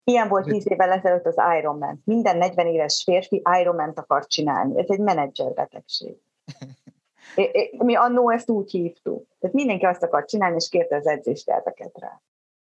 Ilyen volt 10 évvel ezelőtt az Ironman. Minden 40 éves férfi Ironman-t akar csinálni. Ez egy menedzserbetegség. Mi annó ezt úgy hívtuk. Tehát mindenki azt akar csinálni, és kérte az edzésterveket rá.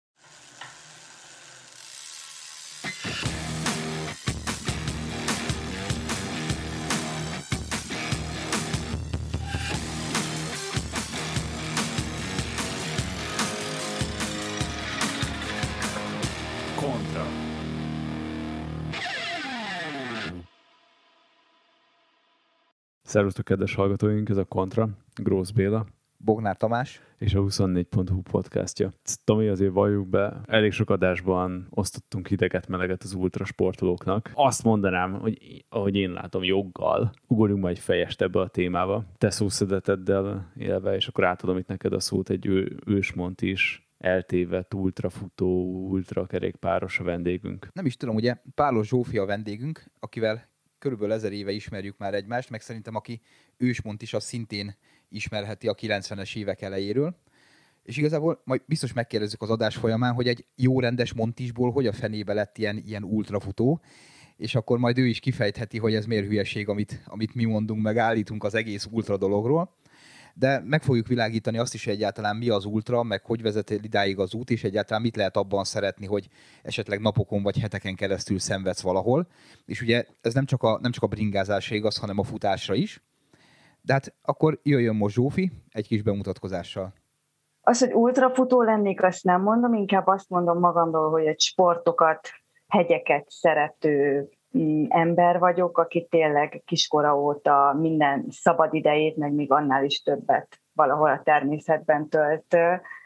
Szervusztok, kedves hallgatóink, ez a Kontra, Grósz Béla, Bognár Tamás és a 24.hu podcastja. Tomi, azért valljuk be, elég sok adásban osztottunk hideget-meleget az ultrasportolóknak. Azt mondanám, hogy ahogy én látom, joggal ugorjunk majd fejest ebbe a témába. Te szószedeteddel élve, és akkor átadom itt neked a szót, egy ősmont is eltévedt ultrafutó, ultrakerékpáros a vendégünk. Nem is tudom, ugye Pálos Zsófi a vendégünk, akivel körülbelül 1000 éve ismerjük már egymást, meg szerintem aki ősmont is, az szintén ismerheti a 90-es évek elejéről. És igazából majd biztos megkérdezzük az adás folyamán, hogy egy jó rendes montisból hogy a fenébe lett ilyen ultrafutó, és akkor majd ő is kifejtheti, hogy ez miért hülyeség, amit mi mondunk, meg állítunk az egész ultra dologról. De meg fogjuk világítani azt is, hogy egyáltalán mi az ultra, meg hogy vezet idáig az út, és egyáltalán mit lehet abban szeretni, hogy esetleg napokon vagy heteken keresztül szenvedsz valahol. És ugye ez nem csak a bringázásra igaz, hanem a futásra is. De hát akkor jöjjön most Zsófi egy kis bemutatkozással. Az, hogy ultrafutó lennék, azt nem mondom, inkább azt mondom magamról, hogy egy sportokat, hegyeket szerető ember vagyok, aki tényleg kiskora óta minden szabad idejét, meg még annál is többet valahol a természetben tölt.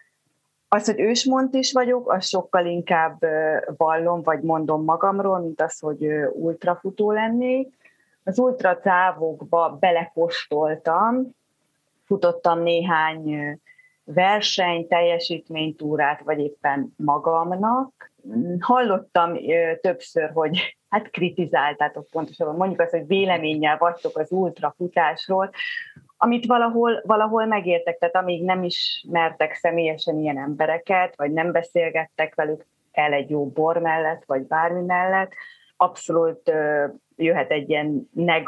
Az, hogy ősmont is vagyok, az sokkal inkább vallom, vagy mondom magamról, mint az, hogy ultrafutó lennék. Az ultratávokba belekóstoltam, futottam néhány verseny, teljesítménytúrát, vagy éppen magamnak. Hallottam többször, hogy hát kritizáltátok pontosabban, mondjuk azt, hogy véleménnyel vagytok az ultrafutásról, amit valahol megértek, tehát amíg nem ismertek személyesen ilyen embereket, vagy nem beszélgettek velük el egy jó bor mellett, vagy bármi mellett, abszolút jöhet egy ilyen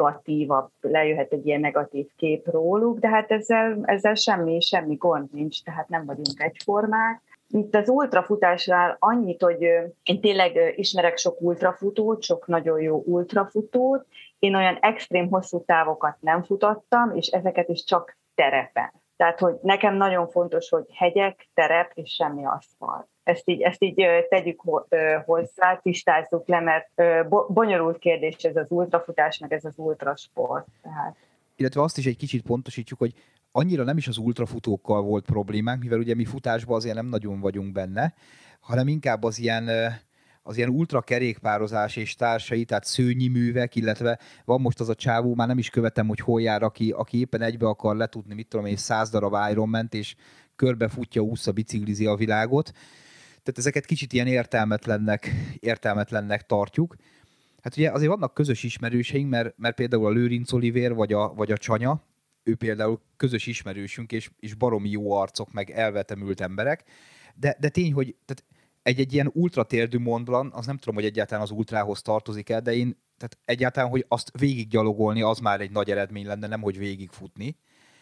lejöhet egy ilyen negatív kép róluk, de hát ezzel semmi gond nincs, tehát nem vagyunk egyformák. Itt az ultrafutásnál annyit, hogy én tényleg ismerek sok ultrafutót, sok nagyon jó ultrafutót, én olyan extrém hosszú távokat nem futottam, és ezeket is csak terepen. Tehát, hogy nekem nagyon fontos, hogy hegyek, terep és semmi aszfalt. Ezt így tegyük hozzá, tisztázzuk le, mert bonyolult kérdés ez az ultrafutás, meg ez az ultrasport. Tehát. Illetve azt is egy kicsit pontosítjuk, hogy annyira nem is az ultrafutókkal volt problémánk, mivel ugye mi futásban azért nem nagyon vagyunk benne, hanem inkább az ilyen ultrakerékpározás és társai, tehát szőnyi művek, illetve van most az a csávó, már nem is követem, hogy hol jár, aki éppen egybe akar letudni, mit tudom én, 100 darab Ironman-t, és körbefutja, ússza, biciklizi a világot. Tehát ezeket kicsit ilyen értelmetlennek tartjuk. Hát ugye azért vannak közös ismerőseink, mert például a Lőrinc Olivér vagy a Csanya, ő például közös ismerősünk, és baromi jó arcok, meg elvetemült emberek. De tény, hogy tehát egy ilyen ultratérdű Mont az nem tudom, hogy egyáltalán az ultrához tartozik el, de tehát egyáltalán, hogy azt végiggyalogolni, az már egy nagy eredmény lenne, nem hogy végigfutni.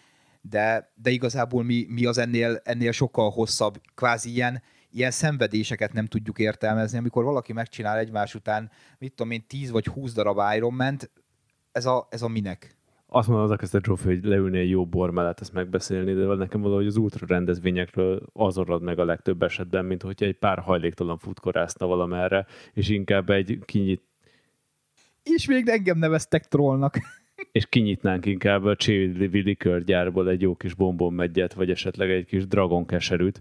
De igazából mi az ennél sokkal hosszabb, kvázi ilyen szenvedéseket nem tudjuk értelmezni, amikor valaki megcsinál egymás után, mit tudom én, 10 vagy 20 darab Ironman-t, ez a minek? Azt mondom, az elkezdett Zsófi, hogy leülni egy jó bor mellett ezt megbeszélni, de nekem valahogy az ultra rendezvényekről az orrad meg a legtöbb esetben, mint hogyha egy pár hajléktalan futkorászna valamerre, és inkább egy És még engem neveztek trollnak. És kinyitnánk inkább a Chili likörgyárból egy jó kis bombonmeggyet, vagy esetleg egy kis dragon keserűt.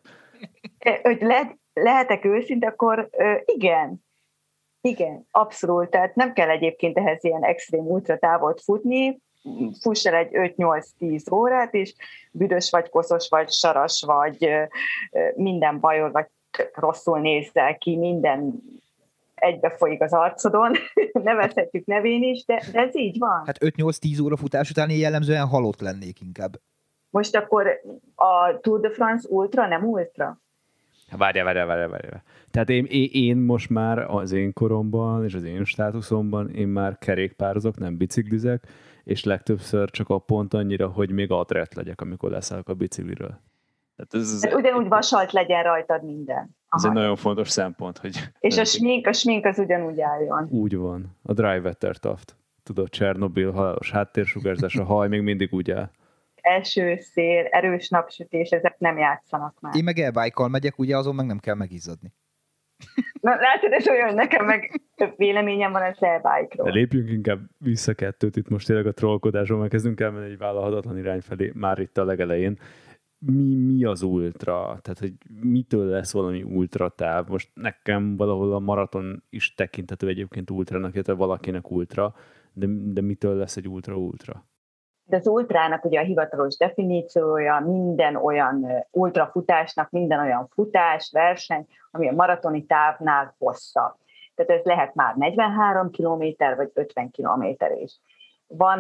Hogy lehetek őszinte, akkor igen. Igen, abszolút. Tehát nem kell egyébként ehhez ilyen extrém ultratávot futni, fuss el egy 5-8-10 órát, és büdös vagy, koszos vagy, saras vagy, minden bajod, vagy rosszul nézzel ki, minden egybe folyik az arcodon, nevezhetjük nevén is, de ez így van. Hát 5-8-10 óra futás után én jellemzően halott lennék inkább. Most akkor a Tour de France ultra, nem ultra? Várjál. Tehát én most már az én koromban és az én státuszomban én már kerékpározok, nem biciklizek, és legtöbbször csak a pont annyira, hogy még adrett legyek, amikor leszállok a bicikliről. Tehát ugyanúgy vasalt legyen rajtad minden. Ez egy nagyon fontos szempont, hogy... És a smink az ugyanúgy álljon. Úgy van. A Dry Weather Taft. Tudod, Csernobil, halálos háttérsugárzás, a haj még mindig úgy áll. Eső, szél, erős napsütés, ezek nem játszanak már. Én meg e-bike-kal megyek, ugye azon meg nem kell megizzadni. Na, látod, ez olyan, nekem meg több véleményem van az e-bike-ról. De lépjünk inkább vissza kettőt, itt most tényleg a trollkodásról, mert kezdünk elmenni egy vállalhatatlan irány felé már itt a legelején. Mi az ultra? Tehát, hogy mitől lesz valami ultratáv? Most nekem valahol a maraton is tekinthető egyébként ultrának, illetve valakinek ultra, de mitől lesz egy ultra-ultra? De az ultrának ugye a hivatalos definíciója minden olyan ultrafutásnak, minden olyan futás, verseny, ami a maratoni távnál hosszabb. Tehát ez lehet már 43 km vagy 50 km is. Van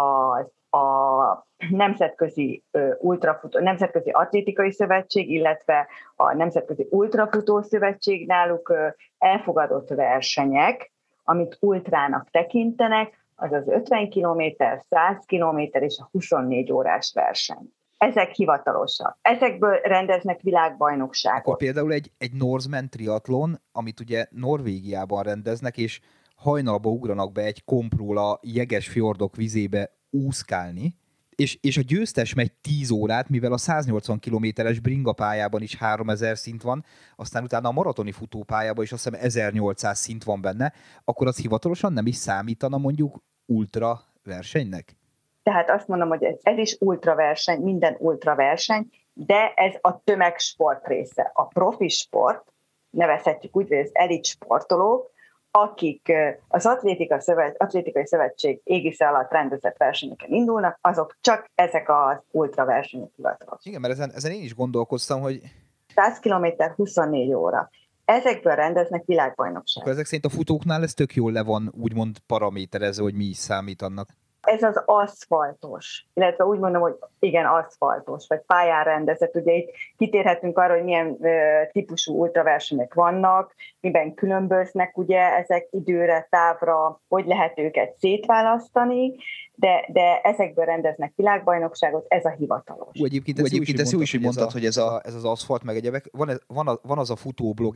a Nemzetközi Nemzetközi Atlétikai Szövetség, illetve a Nemzetközi Ultrafutó Szövetség, náluk elfogadott versenyek, amit ultrának tekintenek, az az 50 km, 100 km és a 24 órás verseny. Ezek hivatalosak. Ezekből rendeznek világbajnokságot. Akkor például egy Norseman triatlon, amit ugye Norvégiában rendeznek, és hajnalba ugranak be egy kompról a jeges fjordok vizébe úszkálni, és a győztes megy 10 órát, mivel a 180 kilométeres bringapályában is 3000 szint van, aztán utána a maratoni futópályában is azt hiszem 1800 szint van benne, akkor az hivatalosan nem is számítana mondjuk ultra versenynek? Tehát azt mondom, hogy ez is ultraverseny, minden ultraverseny, de ez a tömegsport része. A profi sport, nevezhetjük úgy, hogy az elit sportolók, akik az Atlétikai Szövetség égisze alatt rendezett versenyeken indulnak, azok csak ezek az ultraversenyek hivatalos. Igen, mert ezen én is gondolkoztam, hogy 100 km 24 óra. Ezekből rendeznek világbajnokságot. Akkor ezek szerint a futóknál ez tök jól le van úgymond paraméterezve, hogy mi is számít annak. Ez az aszfaltos, illetve úgy mondom, hogy igen, aszfaltos, vagy pályán rendezett. Ugye itt kitérhetünk arra, hogy milyen típusú ultraversenyek vannak, miben különböznek ugye ezek időre, távra, hogy lehet őket szétválasztani, de ezekből rendeznek világbajnokságot, ez a hivatalos. Egyébként ez jó is, hogy mondtad, hogy ez az aszfalt meg egyebek. Van az a futóblog,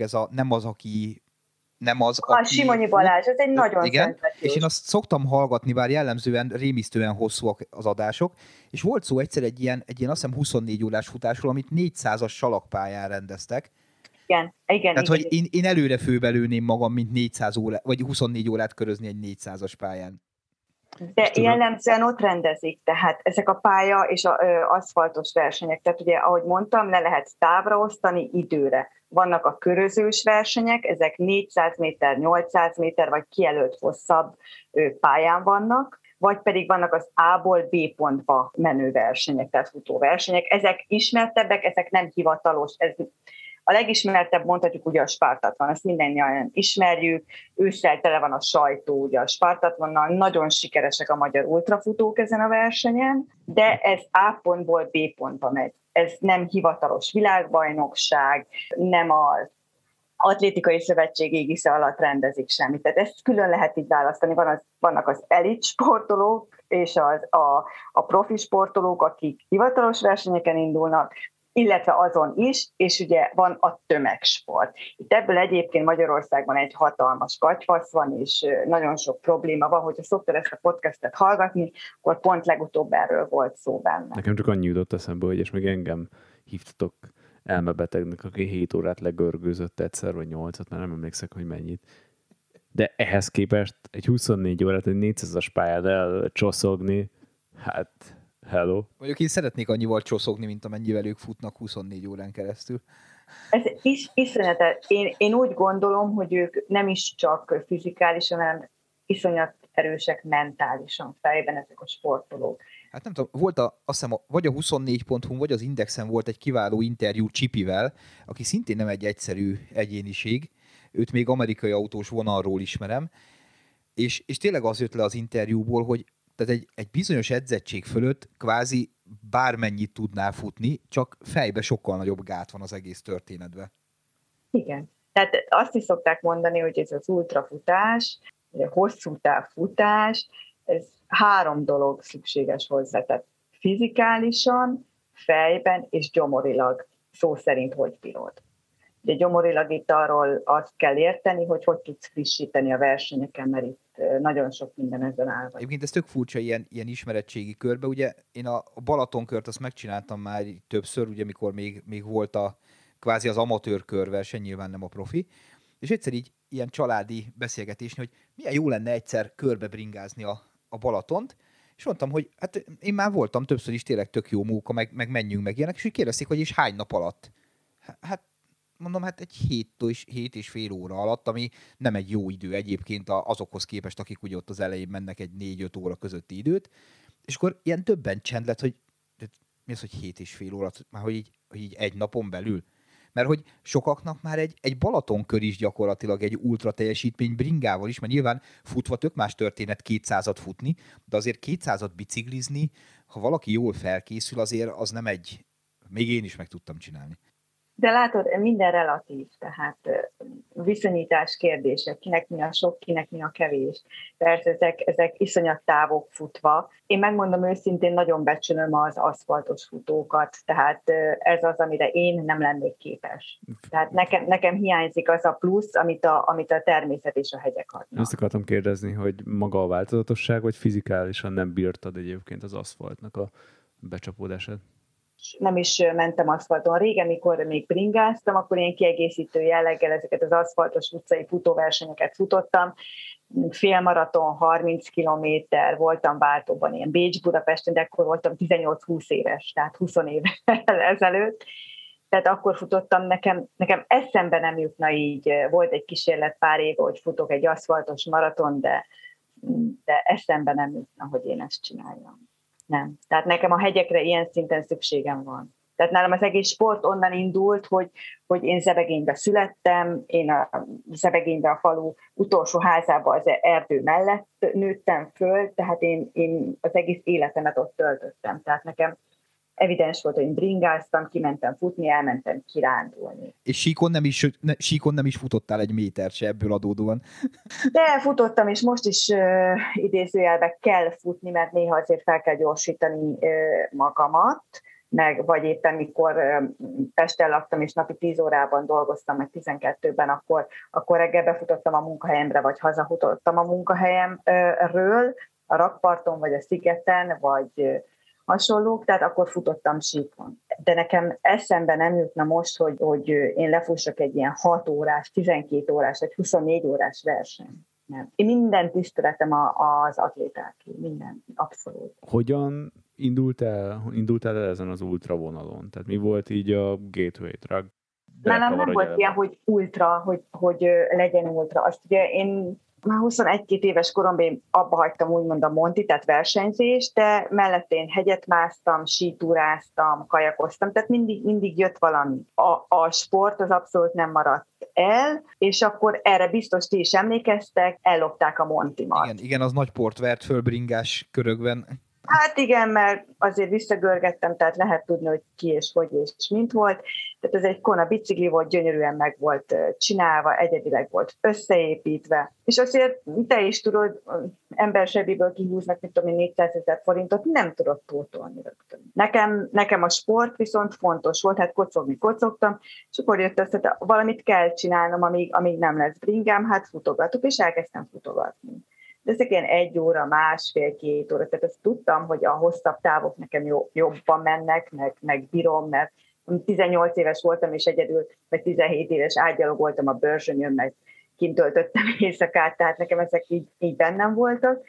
a Simonyi Balázs, ez egy nagyon szenvedős. És én azt szoktam hallgatni, bár jellemzően rémisztően hosszúak az adások, és volt szó egyszer egy ilyen azt hiszem 24 órás futásról, amit 400-as salakpályán rendeztek. Igen. Tehát, hogy én előre főbelőném magam, mint 400 órát, vagy 24 órát körözni egy 400-as pályán. De jellemzően ott rendezik, tehát ezek a pálya és az aszfaltos versenyek, tehát ugye, ahogy mondtam, le lehet távra osztani időre. Vannak a körözős versenyek, ezek 400 méter, 800 méter, vagy kijelölt hosszabb pályán vannak, vagy pedig vannak az A-ból B pontba menő versenyek, tehát futóversenyek. Ezek ismertebbek, ezek nem hivatalos. A legismertebb mondhatjuk ugye a Spartathlon, ezt mindannyian ismerjük, ősszel tele van a sajtó ugye a Spartathlonnal, nagyon sikeresek a magyar ultrafutók ezen a versenyen, de ez A pontból B pontba megy. Ez nem hivatalos világbajnokság, nem az Atlétikai Szövetség égisze alatt rendezik semmit. Tehát ezt külön lehet így választani. Vannak az elit sportolók és a profi sportolók, akik hivatalos versenyeken indulnak, illetve azon is, és ugye van a tömegsport. Itt ebből egyébként Magyarországban egy hatalmas katyvasz van, és nagyon sok probléma van, hogyha szoktad ezt a podcastet hallgatni, akkor pont legutóbb erről volt szó benne. Nekem csak annyi jutott eszembe, hogy és még engem hívtatok elmebetegnek, aki 7 órát legörgőzött egyszer, vagy 8-at, már nem emlékszek, hogy mennyit. De ehhez képest egy 24 órát, egy 400-as pályán elcsoszogni, hát hello. Mondjuk én szeretnék annyival csoszogni, mint amennyivel ők futnak 24 órán keresztül. Ez iszonyatos. Én úgy gondolom, hogy ők nem is csak fizikálisan, hanem iszonyat erősek mentálisan fejben ezek a sportolók. Hát nem tudom, volt azt hiszem, vagy a 24.hu, vagy az Indexen volt egy kiváló interjú Csipivel, aki szintén nem egy egyszerű egyéniség, őt még amerikai autós vonalról ismerem, és tényleg az jött le az interjúból, hogy tehát egy bizonyos edzettség fölött kvázi bármennyit tudnál futni, csak fejbe sokkal nagyobb gát van az egész történetben. Igen. Tehát azt is szokták mondani, hogy ez az ultrafutás, a hosszú távfutás, ez 3 dolog szükséges hozzá. Tehát fizikálisan, fejben és gyomorilag szó szerint hogy bírod. Ugye gyomorilag itt arról azt kell érteni, hogy tudsz frissíteni a versenyeken, mert itt nagyon sok minden ezen áll. Egyébként ez tök furcsa ilyen ismeretségi körbe. Ugye én a Balatonkört azt megcsináltam már többször, ugye mikor még volt kvázi az amatőr körverseny, nyilván nem a profi, és egyszer így ilyen családi beszélgetésni, hogy milyen jó lenne egyszer körbe bringázni a Balatont, és mondtam, hogy hát én már voltam többször is, tényleg tök jó móka, meg menjünk meg ilyenek, és úgy kérdezték, hogy is hány nap alatt. Hát mondom, hát egy 7 és fél óra alatt, ami nem egy jó idő egyébként azokhoz képest, akik ugye ott az elején mennek egy 4-5 óra közötti időt, és akkor ilyen többen csend lett, hogy mi az, hogy 7 és fél óra, már hogy így egy napon belül? Mert hogy sokaknak már egy Balatonkör is gyakorlatilag egy ultra teljesítmény bringával is, mert nyilván futva tök más történet 200-at futni, de azért 200-at biciklizni, ha valaki jól felkészül, azért az nem még én is meg tudtam csinálni. De látod, minden relatív, tehát viszonyítás kérdése, kinek mi a sok, kinek mi a kevés. Persze ezek iszonyat távok futva. Én megmondom őszintén, nagyon becsülöm az aszfaltos futókat, tehát ez az, amire én nem lennék képes. Tehát nekem hiányzik az a plusz, amit a természet és a hegyek adnak. Azt akartam kérdezni, hogy maga a változatosság, vagy fizikálisan nem bírtad egyébként az aszfaltnak a becsapódását? Nem is mentem aszfalton. Régen, mikor még bringáztam, akkor én kiegészítő jelleggel ezeket az aszfaltos utcai futóversenyeket futottam. Félmaraton, 30 kilométer, voltam váltóban, ilyen Bécs-Budapesten, de akkor voltam 18-20 éves, tehát 20 évvel ezelőtt. Tehát akkor futottam, nekem eszembe nem jutna így. Volt egy kísérlet pár éve, hogy futok egy aszfaltos maraton, de eszembe nem jutna, hogy én ezt csináljam. Nem. Tehát nekem a hegyekre ilyen szinten szükségem van. Tehát nálam az egész sport onnan indult, hogy én Zebegénybe születtem, én a Zebegénybe a falu utolsó házába az erdő mellett nőttem föl, tehát én az egész életemet ott töltöttem. Tehát nekem evidens volt, hogy én bringáztam, kimentem futni, elmentem kirándulni. És síkon nem is futottál egy méter se ebből adódóan? De futottam, és most is idézőjelben kell futni, mert néha azért fel kell gyorsítani magamat, vagy éppen mikor Pesten laktam, és napi 10 órában dolgoztam, meg 12-ben, akkor reggel befutottam a munkahelyemre, vagy hazafutottam a munkahelyemről, a rakparton, vagy a szigeten, vagy hasonlók, tehát akkor futottam síkon. De nekem eszembe nem jutna most, hogy én lefussak egy ilyen 6 órás, 12 órás, vagy 24 órás verseny. Nem. Én minden tiszteletem az atlétáké, minden, abszolút. Hogyan indultál el ezen az ultra vonalon? Tehát mi volt így a gateway drug? Nálam nem volt ilyen, hogy ultra, hogy legyen ultra. Azt ugye én már 21-22 éves koromban abba hagytam úgymond a Monti, tehát versenyzést, de mellett én hegyet másztam, sítúráztam, kajakoztam, tehát mindig jött valami. A sport az abszolút nem maradt el, és akkor erre biztos ti is emlékeztek, ellopták a Montimat. Igen, az nagy port vert föl bringás körökben. Hát igen, mert azért visszagörgettem, tehát lehet tudni, hogy ki és hogy és mint volt. Tehát ez egy Kona bicikli volt, gyönyörűen meg volt csinálva, egyedileg volt összeépítve. És azért te is tudod, embersebiből kihúznak, mit tudom én, 400 000 forintot, nem tudod pótolni rögtön. Nekem a sport viszont fontos volt, hát kocogtam, és akkor jött össze, hogy valamit kell csinálnom, amíg nem lesz bringám, hát futogatok, és elkezdtem futogatni. De ezek ilyen 1 óra, 1,5-2 óra, tehát azt tudtam, hogy a hosszabb távok nekem jobban mennek, meg bírom, mert 18 éves voltam, és egyedül, vagy 17 éves ágyalogoltam a Börzsönyön, meg kint töltöttem éjszakát, tehát nekem ezek így bennem voltak.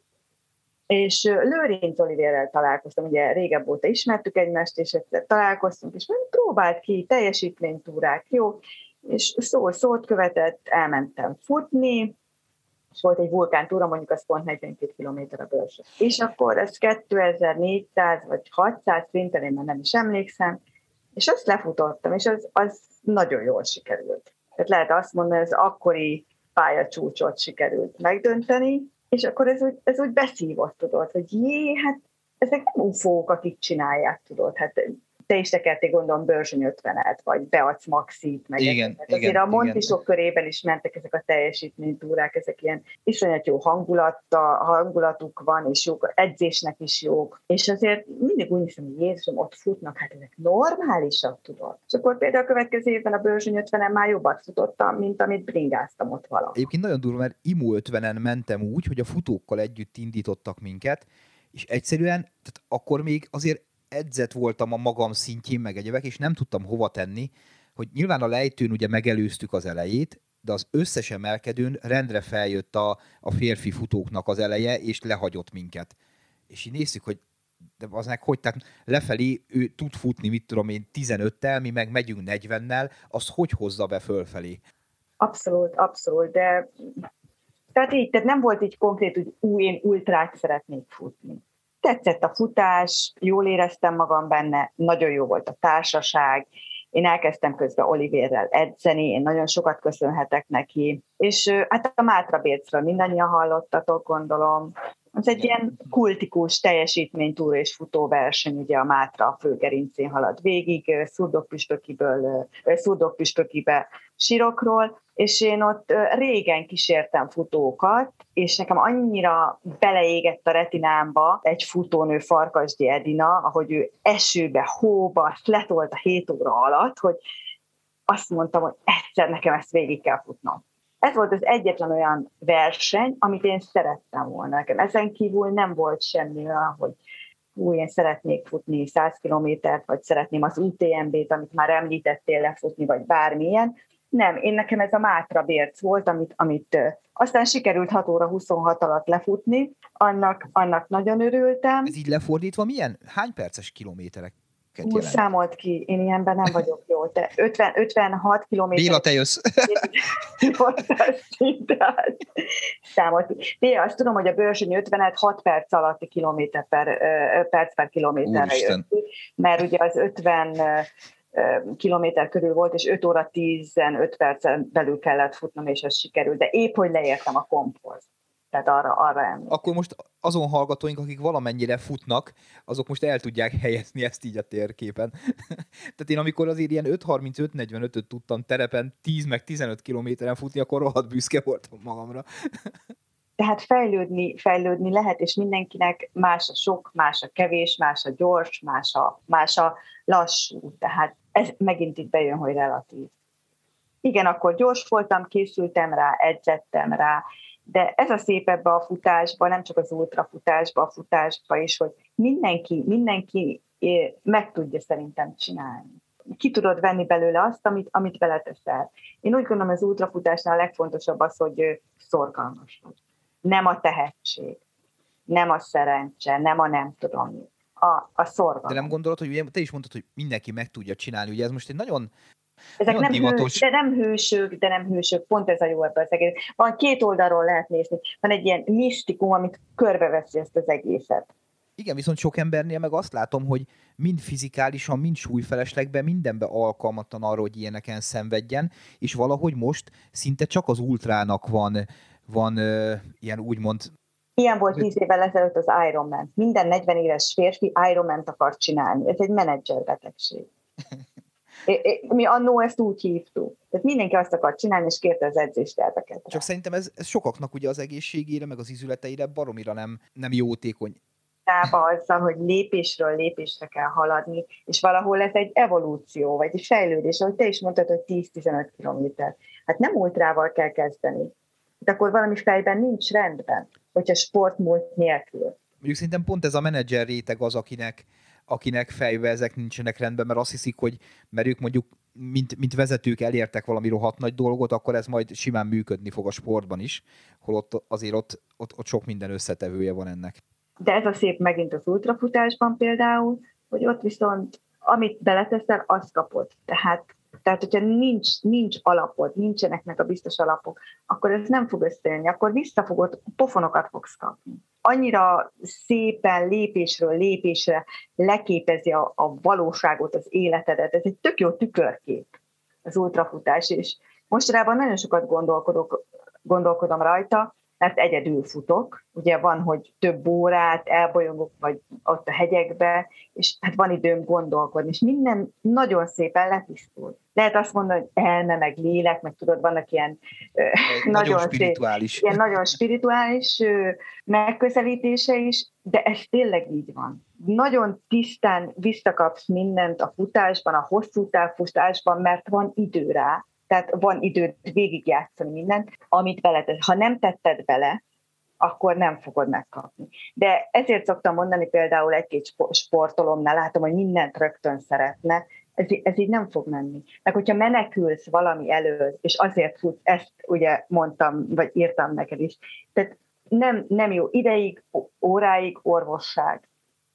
És Lőrinc Olivérrel találkoztam, ugye régebb óta ismertük egymást, és egyszer találkoztunk, és próbált ki teljesítménytúrák, jó, és szót követett, elmentem futni, és volt egy vulkántúra, mondjuk az pont 42 km a Börzsöny. És akkor ez 2400 vagy 600 szinten, én már nem is emlékszem, és azt lefutottam, és az nagyon jól sikerült. Tehát lehet azt mondani, hogy az akkori pályacsúcsot sikerült megdönteni, és akkor ez úgy beszívott, tudod, hogy hát ezek nem ufók, akik csinálják, tudod. Hát te is tekerték gondolom Börzsöny 50-et, vagy Beac Maxit, meg igen, ezeket. Azért a Montisok körében is mentek ezek a teljesítménytúrák, ezek ilyen iszonyat jó hangulatuk van, és jók, edzésnek is jók. És azért mindig úgy hiszem, hogy Jézusom, ott futnak, hát ezek normálisak, tudod. És akkor például a következő évben a Börzsöny 50-en már jobbat futottam, mint amit bringáztam ott valahol. Egyébként nagyon durva, mert IMO 50-en mentem úgy, hogy a futókkal együtt indítottak minket, és egyszerűen, tehát akkor még azért edzett voltam a magam szintjén, meg egyebek, és nem tudtam hova tenni, hogy nyilván a lejtőn ugye megelőztük az elejét, de az összes emelkedőn rendre feljött a férfi futóknak az eleje, és lehagyott minket. És így néztük, hogy de az meg hogy, tehát lefelé ő tud futni, mit tudom én, 15-tel, mi meg megyünk 40-nel, azt hogy hozza be fölfelé? Abszolút, de tehát nem volt így konkrét, hogy én ultrát szeretnék futni. Tetszett a futás, jól éreztem magam benne, nagyon jó volt a társaság, én elkezdtem közben Olivérrel edzeni, én nagyon sokat köszönhetek neki, és hát a Mátra Bércről mindannyian hallottatok, gondolom. Ez egy ilyen kultikus teljesítménytúra és futóverseny, ugye a Mátra főgerincén halad végig, Szurdokpüspökibe sírokról, és én ott régen kísértem futókat, és nekem annyira beleégett a retinámba egy futónő, Farkasdi Edina, ahogy ő esőbe, hóba letolt a 7 óra alatt, hogy azt mondtam, hogy egyszer nekem ezt végig kell futnom. Ez volt az egyetlen olyan verseny, amit én szerettem volna. Nekem ezen kívül nem volt semmi olyan, hogy én szeretnék futni 100 kilométert, vagy szeretném az UTMB-t, amit már említettél, lefutni, vagy bármilyen. Nem, nekem ez a Mátra Bérc volt, amit aztán sikerült 6 óra 26 alatt lefutni, annak nagyon örültem. Ez így lefordítva milyen? Hány perces kilométerek? Számolt ki, én ilyenben nem vagyok jó, de 56 kilométer. Béla, te jössz. Számolt ki. Béla, azt tudom, hogy a Börzsöny 50-et 6 perc alatti perc per kilométerre jött. Mert ugye az 50 kilométer körül volt, és 5 óra 15 percen belül kellett futnom, és ez sikerült. De épp, hogy leértem a komphoz. Tehát arra emlékszem. Akkor most azon hallgatóink, akik valamennyire futnak, azok most el tudják helyezni ezt így a térképen. Tehát én amikor azért ilyen 5:35-45-öt tudtam terepen 10 meg 15 kilométeren futni, akkor rohadt büszke voltam magamra. Tehát fejlődni lehet, és mindenkinek más a sok, más a kevés, más a gyors, más a lassú. Tehát ez megint itt bejön, hogy relatív. Igen, akkor gyors voltam, készültem rá, edzettem rá, de ez a szép ebbe a futásba, nem csak az ultrafutásba, a futásba is, hogy mindenki meg tudja szerintem csinálni. Ki tudod venni belőle azt, amit beleteszel. Én úgy gondolom, az ultrafutásnál a legfontosabb az, hogy szorgalmas vagy. Nem a tehetség, nem a szerencse, nem a nem tudom mi. A szorgalom. De nem gondolod, hogy te is mondtad, hogy mindenki meg tudja csinálni, ugye ez most egy nagyon ezek nem hősök, pont ez a jó ebben az egész. Van két oldalról lehet nézni, van egy ilyen misztikum, amit körbeveszi ezt az egészet. Igen, viszont sok embernél meg azt látom, hogy mind fizikálisan, mind súlyfeleslegben mindenben alkalmatlan arra, hogy ilyeneken szenvedjen, és valahogy most szinte csak az ultrának van ilyen úgymond... Ilyen volt 10 évvel ezelőtt az Ironman. Minden 40 éves férfi Ironman-t akar csinálni. Ez egy menedzserbetegség. Mi annó ezt úgy hívtuk. Tehát mindenki azt akar csinálni, és kérte az edzésterveket. Csak szerintem ez sokaknak ugye az egészségére, meg az izületeire baromira nem jótékony. Azzal, hogy lépésről lépésre kell haladni, és valahol ez egy evolúció, vagy egy fejlődés, ahogy te is mondtad, hogy 10-15 kilométer. Hát nem ultrával kell kezdeni. Hát akkor valami fejben nincs rendben, hogyha sportmúlt nélkül. Mondjuk szerintem pont ez a menedzser réteg az, akinek fejbe ezek nincsenek rendben, mert azt hiszik, hogy mert ők mondjuk mint vezetők elértek valami rohadt nagy dolgot, akkor ez majd simán működni fog a sportban is, holott azért ott sok minden összetevője van ennek. De ez a szép megint az ultrafutásban például, hogy ott viszont amit beleteszel, azt kapod. Tehát hogyha nincs alapod, nincsenek meg a biztos alapok, akkor ez nem fog összejönni, akkor visszafogod, pofonokat fogsz kapni. Annyira szépen lépésről lépésre leképezi a valóságot, az életedet. Ez egy tök jó tükörkép, az ultrafutás, és mostanában nagyon sokat gondolkodom rajta, mert egyedül futok. Ugye van, hogy több órát elbolyogok, vagy ott a hegyekbe, és hát van időm gondolkodni, és minden nagyon szépen letisztul. Lehet azt mondani, hogy elme, meg lélek, meg tudod, vannak ilyen nagyon spirituális. Ilyen nagyon spirituális megközelítése is, de ez tényleg így van. Nagyon tisztán visszakapsz mindent a futásban, a hosszú távfutásban, mert van idő rá. Tehát van időt végigjátszani mindent, amit beletett. Ha nem tetted bele, akkor nem fogod megkapni. De ezért szoktam mondani például egy-két sportolómnál, látom, hogy mindent rögtön szeretne, ez így nem fog menni. Meg hogyha menekülsz valami elől, és azért futsz, ezt ugye mondtam, vagy írtam neked is, tehát nem jó ideig, óráig orvosság.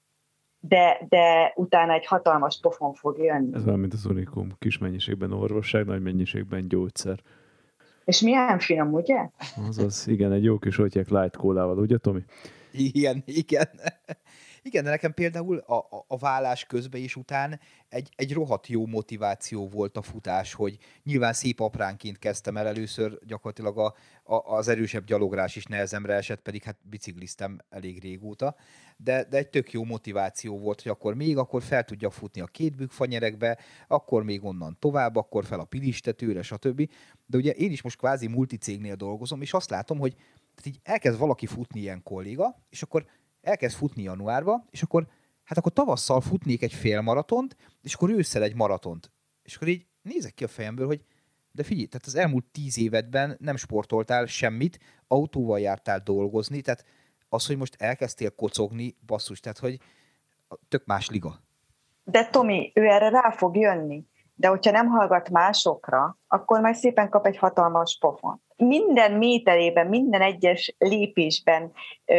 De utána egy hatalmas pofon fog jönni. Ez olyan, mint az Unikum. Kis mennyiségben orvosság, nagy mennyiségben gyógyszer. És milyen finom, ugye? Azaz, igen, egy jó kis otyek light kólával, ugye, Tomi? Igen. Igen, de nekem például a vállás közben és után egy rohadt jó motiváció volt a futás, hogy nyilván szép apránként kezdtem el először, gyakorlatilag az erősebb gyaloglás is nehezemre esett, pedig hát bicikliztem elég régóta, de egy tök jó motiváció volt, hogy akkor fel tudjak futni a két bükkfanyerekbe, akkor még onnan tovább, akkor fel a Pilistetőre, stb. De ugye én is most kvázi multicégnél dolgozom, és azt látom, hogy így elkezd valaki futni, ilyen kolléga, és akkor elkezd futni januárba, és akkor tavasszal futnék egy félmaratont, és akkor ősszel egy maratont. És akkor így nézek ki a fejemből, hogy de figyelj, tehát az elmúlt 10 évedben nem sportoltál semmit, autóval jártál dolgozni, tehát az, hogy most elkezdtél kocogni, basszus, tehát hogy tök más liga. De Tomi, ő erre rá fog jönni. De hogyha nem hallgat másokra, akkor majd szépen kap egy hatalmas pofon. Minden méterében, minden egyes lépésben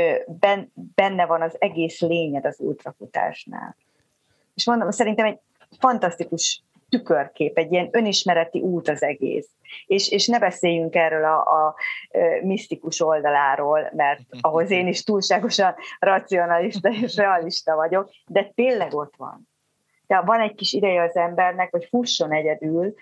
benne van az egész lényed az ultrafutásnál. És mondom, szerintem egy fantasztikus tükörkép, egy ilyen önismereti út az egész. És ne beszéljünk erről a misztikus oldaláról, mert ahhoz én is túlságosan racionalista és realista vagyok, de tényleg ott van. Tehát van egy kis ideje az embernek, hogy fusson egyedül,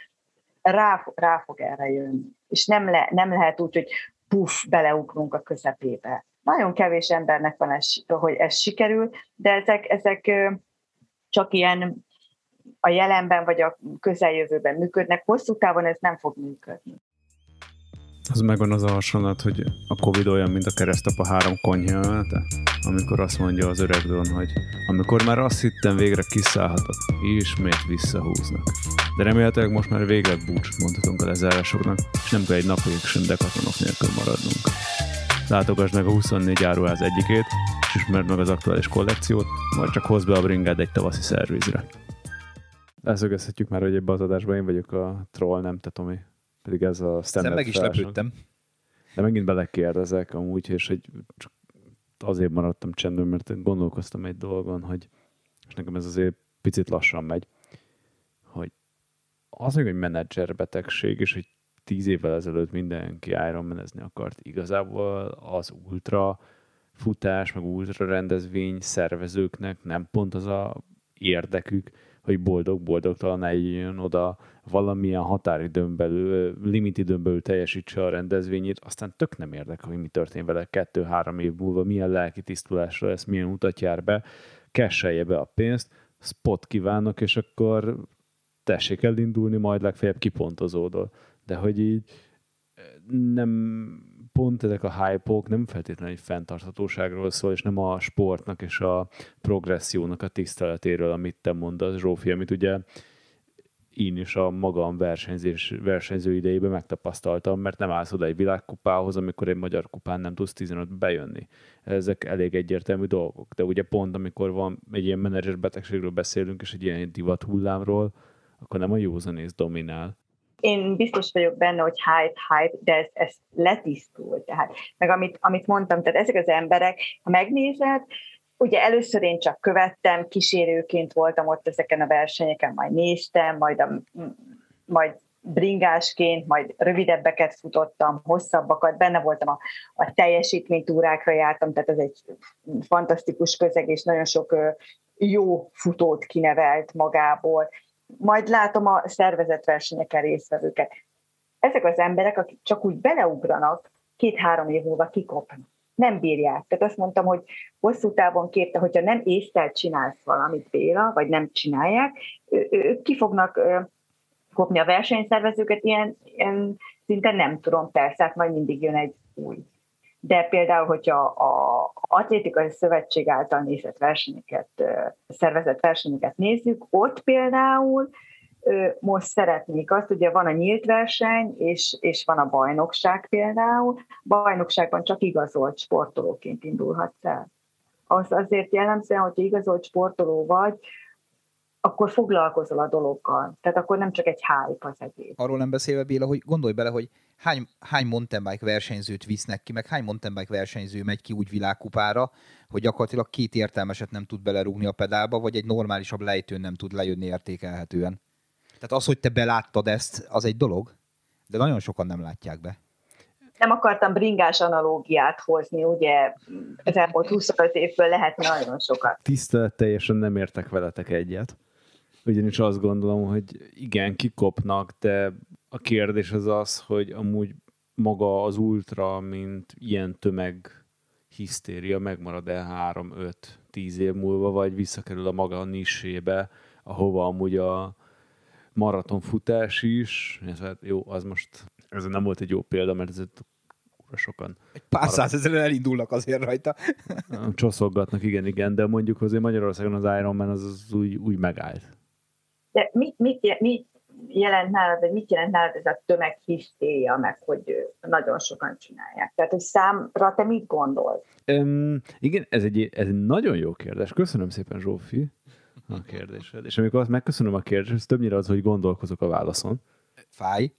rá fog erre jönni. És nem lehet úgy, hogy beleugrunk a közepébe. Nagyon kevés embernek van hogy ez sikerül, de ezek csak ilyen a jelenben vagy a közeljövőben működnek. Hosszú távon ez nem fog működni. Az megvan az a hasonlat, hogy a Covid olyan, mint a keresztapa 3 konyhaemelete, amikor azt mondja az öreg Don, hogy amikor már azt hittem végre kiszállhatok, ismét visszahúznak. De remélhetőleg most már végleg búcsút mondhatunk a lezárásoknak, és nem kell egy napig sem dekatlanok nélkül maradnunk. Látogass meg a 24 áruház egyikét, és ismerd meg az aktuális kollekciót, majd csak hozd be a bringád egy tavaszi szervízre. Elszögezhetjük már, hogy ebben az adásban én vagyok a troll, nem te, Tomi. Pedig ez a standard meg is lepődtem. De megint belekérdezek amúgy, és hogy csak azért maradtam csendben, mert gondolkoztam egy dolgon, hogy, és nekem ez azért picit lassan megy, hogy az még egy menedzserbetegség, és hogy 10 évvel ezelőtt mindenki Ironmanezni akart. Igazából az ultra futás, meg ultra rendezvény szervezőknek nem pont az a érdekük, hogy boldog-boldogtalan eljön oda valamilyen határidőn belül, limitidőn belül teljesítse a rendezvényét, aztán tök nem érdekel, hogy mi történt vele 2-3 év múlva, milyen lelki tisztulásra lesz, milyen utat jár be, kesselje be a pénzt, spot kívánok, és akkor tessék elindulni, majd legfeljebb kipontozódol. De hogy így nem pont ezek a hype-ok nem feltétlenül egy fenntarthatóságról szól, és nem a sportnak és a progressziónak a tiszteletéről, amit te mondasz, Zsófi, amit ugye én is a magam versenyző idejében megtapasztaltam, mert nem állsz oda egy világkupához, amikor egy magyar kupán nem tudsz 15 bejönni. Ezek elég egyértelmű dolgok. De ugye pont, amikor van egy ilyen menedzserbetegségről beszélünk, és egy ilyen divat hullámról, akkor nem a józanész dominál. Én biztos vagyok benne, hogy hype, de ez letisztul. Tehát, meg amit mondtam, tehát ezek az emberek, ha megnézed, ugye először én csak követtem, kísérőként voltam ott ezeken a versenyeken, majd néztem, majd bringásként, majd rövidebbeket futottam, hosszabbakat, benne voltam a teljesítménytúrákra jártam, tehát ez egy fantasztikus közeg, és nagyon sok jó futót kinevelt magából. Majd látom a szervezett versenyeken résztvevőket. Ezek az emberek, akik csak úgy beleugranak, 2-3 év múlva kikopnak. Nem bírják. Tehát azt mondtam, hogy hosszú távon képte, hogyha nem észre csinálsz valamit, Béla, vagy nem csinálják, ők ki fognak kopni a versenyszervezőket, ilyen szinten nem tudom, persze, hát majd mindig jön egy új. De például, hogyha az Atlétikai Szövetség által nézett versenyeket, szervezett versenyeket nézzük, ott például most szeretnék azt, ugye van a nyílt verseny, és van a bajnokság például. Bajnokságban csak igazolt sportolóként indulhatsz el. Az azért jellemzően, hogyha igazolt sportoló vagy, akkor foglalkozol a dologgal. Tehát akkor nem csak egy hype az egész. Arról nem beszélve, Béla, hogy gondolj bele, hogy hány mountain bike versenyzőt visznek ki, meg hány mountain bike versenyző megy ki úgy világkupára, hogy gyakorlatilag 2 értelmeset nem tud belerúgni a pedálba, vagy egy normálisabb lejtőn nem tud lejönni értékelhetően. Tehát az, hogy te beláttad ezt, az egy dolog, de nagyon sokan nem látják be. Nem akartam bringás analógiát hozni, ugye az elmúlt 25 évből lehetne nagyon sokat. Tiszteletteljesen nem értek veletek egyet. Ugyanis azt gondolom, hogy igen, kikopnak, de a kérdés az, hogy amúgy maga az ultra, mint ilyen tömeg hisztéria megmarad-e 3-5-10 év múlva, vagy visszakerül a maga nissébe, ahova amúgy a maratonfutás is, hát jó, az most, ez nem volt egy jó példa, mert ez sokan. Egy pár százezeren elindulnak azért rajta. Csoszoggatnak, igen, de mondjuk azért Magyarországon az Ironman az úgy megállt. De mit jelent nálad ez a tömeghisztéria, meg hogy nagyon sokan csinálják? Tehát, hogy számra te mit gondolsz? Igen, ez egy nagyon jó kérdés. Köszönöm szépen, Zsófi, a kérdésed. És amikor azt megköszönöm a kérdést, ez többnyire az, hogy gondolkozok a válaszon. Fáj?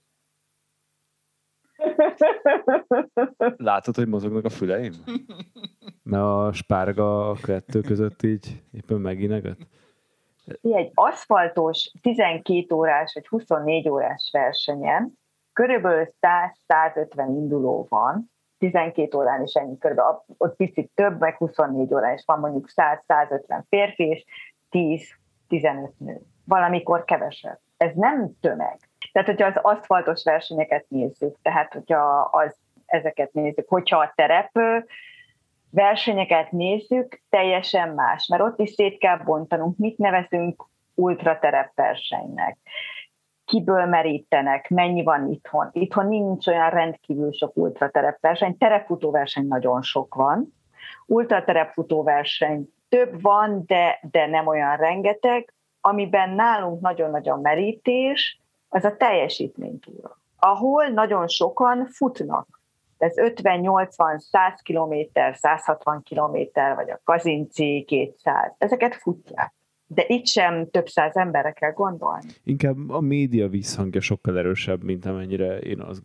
Látod, hogy mozognak a füleim? Mert a spárga a kettő között így éppen megineget? Egy aszfaltos 12 órás vagy 24 órás versenyen körülbelül 100-150 induló van, 12 órán is ennyi körülbelül, ott picit több, meg 24 órán is van mondjuk 100-150 férfi és 10-15 nő. Valamikor kevesebb. Ez nem tömeg. Tehát, hogyha az aszfaltos versenyeket nézzük, tehát, hogyha ezeket nézzük, hogyha a terep versenyeket nézzük, teljesen más, mert ott is szét kell bontanunk, mit nevezünk ultraterep versenynek, kiből merítenek, mennyi van itthon. Itthon nincs olyan rendkívül sok ultraterep verseny, terepfutóverseny nagyon sok van, ultraterepfutóverseny több van, de nem olyan rengeteg, amiben nálunk nagyon-nagyon merítés, az a teljesítménytúra, ahol nagyon sokan futnak. Ez 50-80-100 kilométer, 160 kilométer, vagy a Kazinci 200. Ezeket futják. De itt sem több száz emberre kell gondolni. Inkább a média visszhangja sokkal erősebb, mint amennyire én azt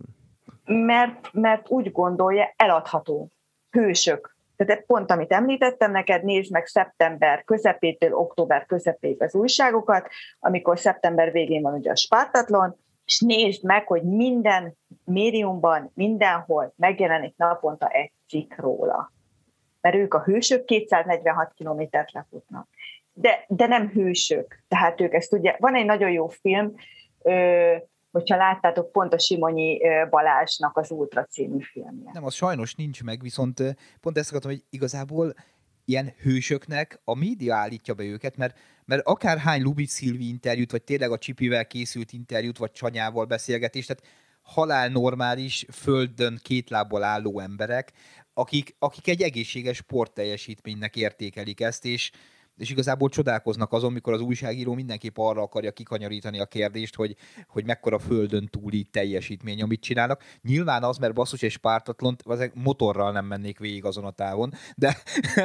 mert úgy gondolja, eladható. Hősök. Tehát pont, amit említettem neked, nézd meg szeptember közepétől október közepéig az újságokat, amikor szeptember végén van ugye a Spartathlon, és nézd meg, hogy minden médiumban, mindenhol megjelenik naponta egy cikk róla. Mert ők a hősök 246 kilométert lefutnak. De nem hősök. Tehát ők ezt tudják. Van egy nagyon jó film, hogyha láttátok, pont a Simonyi Balázsnak az Ultra című filmje. Nem, az sajnos nincs meg, viszont pont ezt akartam, hogy igazából ilyen hősöknek a média állítja be őket, mert akárhány Lubitz Szilvi interjút, vagy tényleg a Csipivel készült interjút, vagy Csanyával beszélgetést, tehát halál normális, földön 2 lábbal álló emberek, akik egy egészséges sportteljesítménynek értékelik ezt, és igazából csodálkoznak azon, mikor az újságíró mindenképp arra akarja kikanyarítani a kérdést, hogy mekkora földön túli teljesítmény, amit csinálnak. Nyilván az, mert basszus és Spartatlont, motorral nem mennék végig azon a távon, de...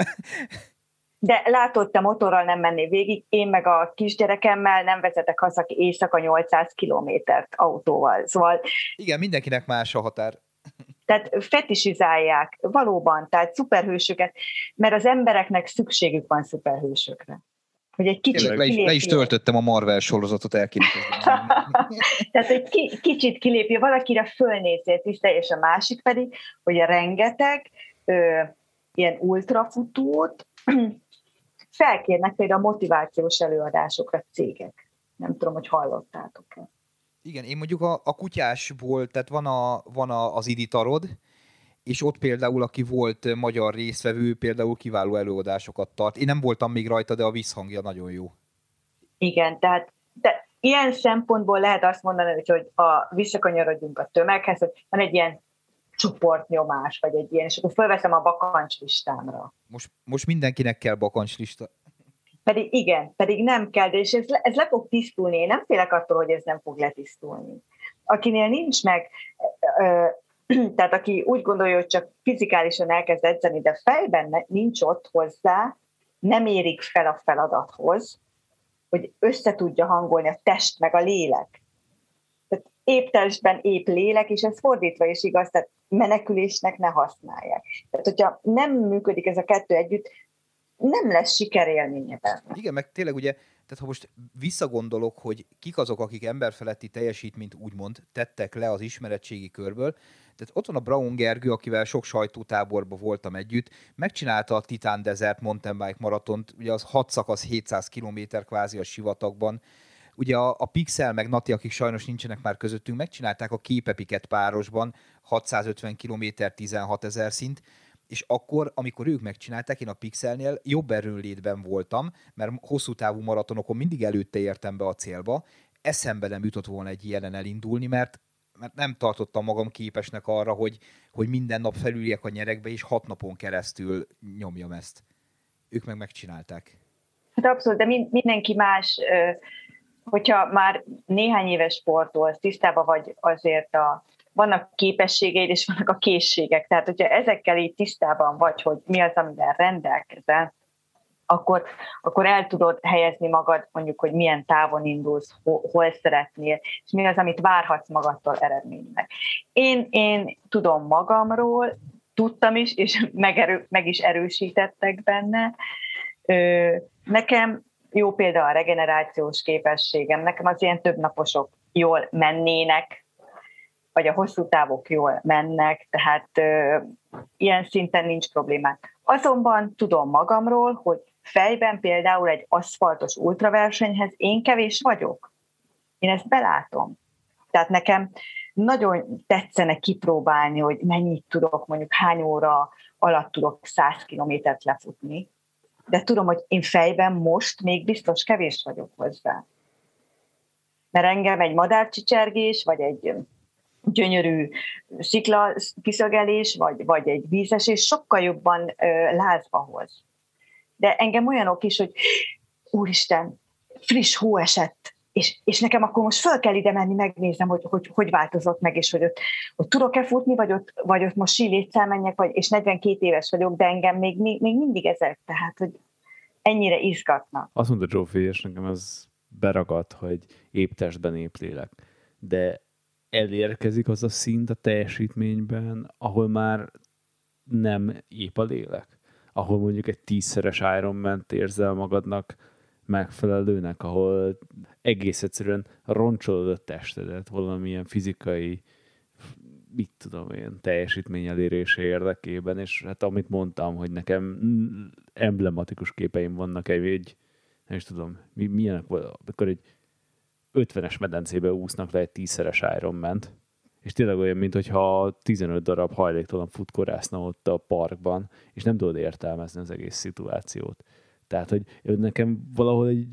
De látod, te motorral nem mennél végig, én meg a kisgyerekemmel nem vezetek haza éjszaka 800 kilométert autóval. Szóval... Igen, mindenkinek más a határ. Tehát fetisizálják valóban, tehát szuperhősöket, mert az embereknek szükségük van szuperhősökre. Hogy egy kicsit le is töltöttem a Marvel sorozatot, Tehát egy kicsit kilépje, valakire fölnézést is, és a másik pedig, hogy a rengeteg ilyen ultrafutót felkérnek például motivációs előadásokra cégek. Nem tudom, hogy hallottátok-e. Igen, én mondjuk a kutyásból, tehát van az iditarod, és ott például, aki volt magyar résztvevő, például kiváló előadásokat tart. Én nem voltam még rajta, de a visszhangja nagyon jó. Igen, tehát de ilyen szempontból lehet azt mondani, hogy visszakanyarodjunk a tömeghez, hogy van egy ilyen csoportnyomás, vagy egy ilyen, és akkor fölveszem a bakancslistámra. Most mindenkinek kell bakancslista. Pedig igen, pedig nem kell, de és ez le fog tisztulni. Én nem félek attól, hogy ez nem fog letisztulni. Akinél nincs meg, tehát aki úgy gondolja, hogy csak fizikálisan elkezd edzeni, de fejben nincs ott hozzá, nem érik fel a feladathoz, hogy össze tudja hangolni a test meg a lélek. Tehát épp testben épp lélek, és ez fordítva is igaz, tehát menekülésnek ne használják. Tehát, hogyha nem működik ez a kettő együtt, nem lesz sikerélménye benne. Igen, meg tényleg ugye, tehát ha most visszagondolok, hogy kik azok, akik emberfeletti teljesítményt úgymond tettek le az ismeretségi körből, tehát ott van a Braun Gergő, akivel sok sajtótáborban voltam együtt, megcsinálta a Titan Desert Mountain Bike maratont, ugye az 6 szakasz 700 km kvázi a sivatagban. Ugye a Pixel meg Nati, akik sajnos nincsenek már közöttünk, megcsinálták a Képepiket párosban 650 km 16 000 szint, és akkor, amikor ők megcsinálták, én a Pixelnél jobb erőnlétben voltam, mert hosszú távú maratonokon mindig előtte értem be a célba, eszembe nem jutott volna egy ilyenen elindulni, mert nem tartottam magam képesnek arra, hogy minden nap felüljek a nyerekbe, és 6 napon keresztül nyomjam ezt. Ők meg megcsinálták. Hát abszolút, de mindenki más, hogyha már néhány éves sportolsz, tisztában vagy azért vannak képességeid, és vannak a készségek. Tehát, hogyha ezekkel így tisztában vagy, hogy mi az, amivel rendelkezel, akkor el tudod helyezni magad, mondjuk, hogy milyen távon indulsz, hol szeretnél, és mi az, amit várhatsz magadtól eredménynek. Én tudom magamról, tudtam is, és meg is erősítettek benne. Nekem jó példa a regenerációs képességem, nekem az ilyen többnaposok jól mennének, vagy a hosszú távok jól mennek, tehát ilyen szinten nincs problémám. Azonban tudom magamról, hogy fejben például egy aszfaltos ultraversenyhez én kevés vagyok. Én ezt belátom. Tehát nekem nagyon tetszene kipróbálni, hogy mennyit tudok, mondjuk hány óra alatt tudok 100 kilométert lefutni. De tudom, hogy én fejben most még biztos kevés vagyok hozzá. Mert engem egy madárcsicsergés, vagy egy gyönyörű szikla kiszögelés, vagy egy vízesés sokkal jobban lázba hoz. De engem olyanok is, hogy úristen, friss hó esett, és nekem akkor most föl kell ide menni, megnézem, hogy változott meg, és hogy tudok-e futni, vagy ott most síléccel menjek, és 42 éves vagyok, de engem még mindig ezek, tehát, hogy ennyire izgatnak. Azt mondta Zsófi, és nekem az beragadt, hogy épp testben, épp lélek. De elérkezik az a szint a teljesítményben, ahol már nem épp a lélek. Ahol mondjuk egy 10-szeres Ironman-t érzel magadnak megfelelőnek, ahol egész egyszerűen roncsolod a testedet valamilyen fizikai, mit tudom én, teljesítmény elérése érdekében, és hát amit mondtam, hogy nekem emblematikus képeim vannak egy nem is tudom, milyenek, amikor egy 50-es medencébe úsznak le egy 10-szeres Ironman-t, és tényleg olyan, mintha 15 darab hajléktalan futkorászna ott a parkban, és nem tudod értelmezni az egész szituációt. Tehát, hogy nekem valahol egy...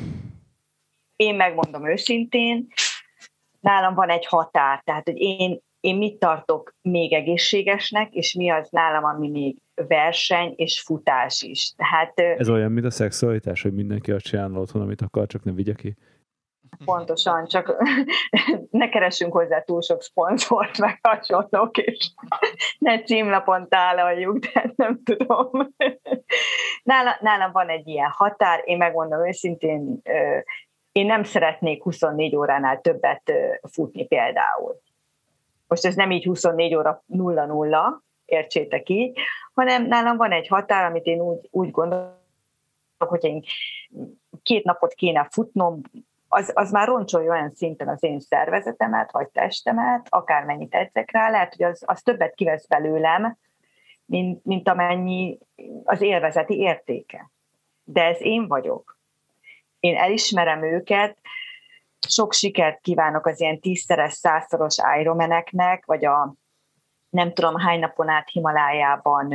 Én megmondom őszintén, nálam van egy határ, tehát, hogy én mit tartok még egészségesnek, és mi az nálam, ami még verseny és futás is. Tehát, ez olyan, mint a szexualitás, hogy mindenki azt csinál otthon, amit akar, csak ne vigye ki? Pontosan, csak ne keressünk hozzá túl sok szponzort, meg hasonlók, és ne címlapon tálaljuk, de nem tudom. Nálam van egy ilyen határ, én megmondom őszintén, én nem szeretnék 24 óránál többet futni például. Most ez nem így 24 óra 0-0, értsétek így, hanem nálam van egy határ, amit én úgy gondolom, hogy én 2 napot kéne futnom, az már roncsolja olyan szinten az én szervezetemet, vagy testemet, akármennyit edzek rá, lehet, hogy az többet kivesz belőlem, mint amennyi az élvezeti értéke. De ez én vagyok. Én elismerem őket, sok sikert kívánok az ilyen 10-szeres, 100-szoros Ironmaneknek, vagy a nem tudom hány napon át Himalájában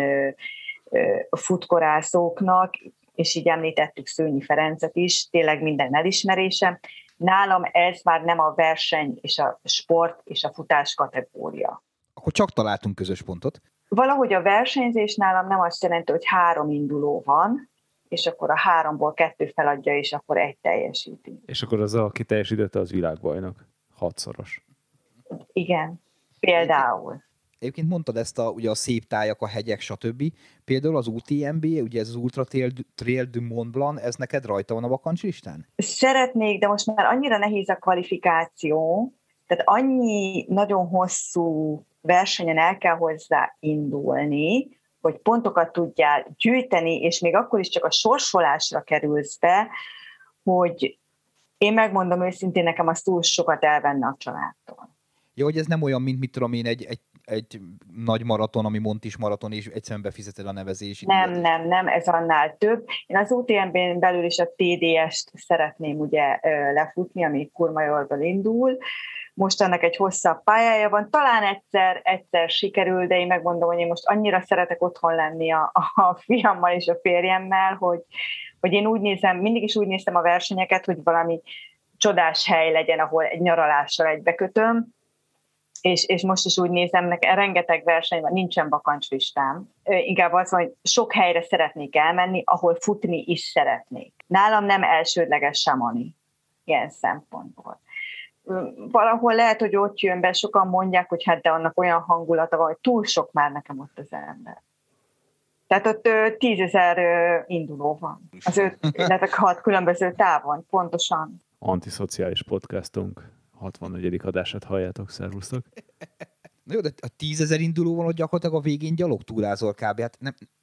futkorászóknak, és így említettük Szőnyi Ferencet is, tényleg minden elismerése. Nálam ez már nem a verseny és a sport és a futás kategória. Akkor csak találtunk közös pontot. Valahogy a versenyzés nálam nem azt jelenti, hogy 3 induló van, és akkor a 3-ból 2 feladja, és akkor 1 teljesíti. És akkor az, aki teljesítette, az világbajnok. 6-szoros. Igen, például. Egyébként mondtad ezt ugye a szép tájak, a hegyek, stb. Például az UTMB, ugye ez az Ultra Trail du Mont Blanc, ez neked rajta van a bakancslistán? Szeretnék, de most már annyira nehéz a kvalifikáció, tehát annyi nagyon hosszú versenyen el kell hozzá indulni, hogy pontokat tudjál gyűjteni, és még akkor is csak a sorsolásra kerülsz be, hogy én megmondom őszintén, nekem az túl sokat elvenne a családtól. Ja, hogy ez nem olyan, mint mit tudom én, egy nagy maraton, ami Montis maraton, és egyszerűen befizeted a nevezési. Nem, ez annál több. Én az UTMB-n belül is a TDS-t szeretném ugye lefutni, ami Courmayeurből indul. Most annak egy hosszabb pályája van, talán egyszer sikerül, de én megmondom, hogy én most annyira szeretek otthon lenni a fiammal és a férjemmel, hogy én mindig is úgy néztem a versenyeket, hogy valami csodás hely legyen, ahol egy nyaralással egybekötöm, és most is úgy nézem, nekem rengeteg verseny van, nincsen bakancslistám. Inkább az van, hogy sok helyre szeretnék elmenni, ahol futni is szeretnék. Nálam nem elsődleges Chamonix ilyen szempontból. Valahol lehet, hogy ott jön be, sokan mondják, hogy hát de annak olyan hangulata van, hogy túl sok már nekem ott az ember. Tehát ott 10 000 induló van. Az 5, illetve 6 különböző távon, pontosan. Antiszociális podcastunk 64. adását halljátok, szervusztok. Na jó, de a 10 000 induló van, hogy gyakorlatilag a végén gyalogtúrázol kb. Hát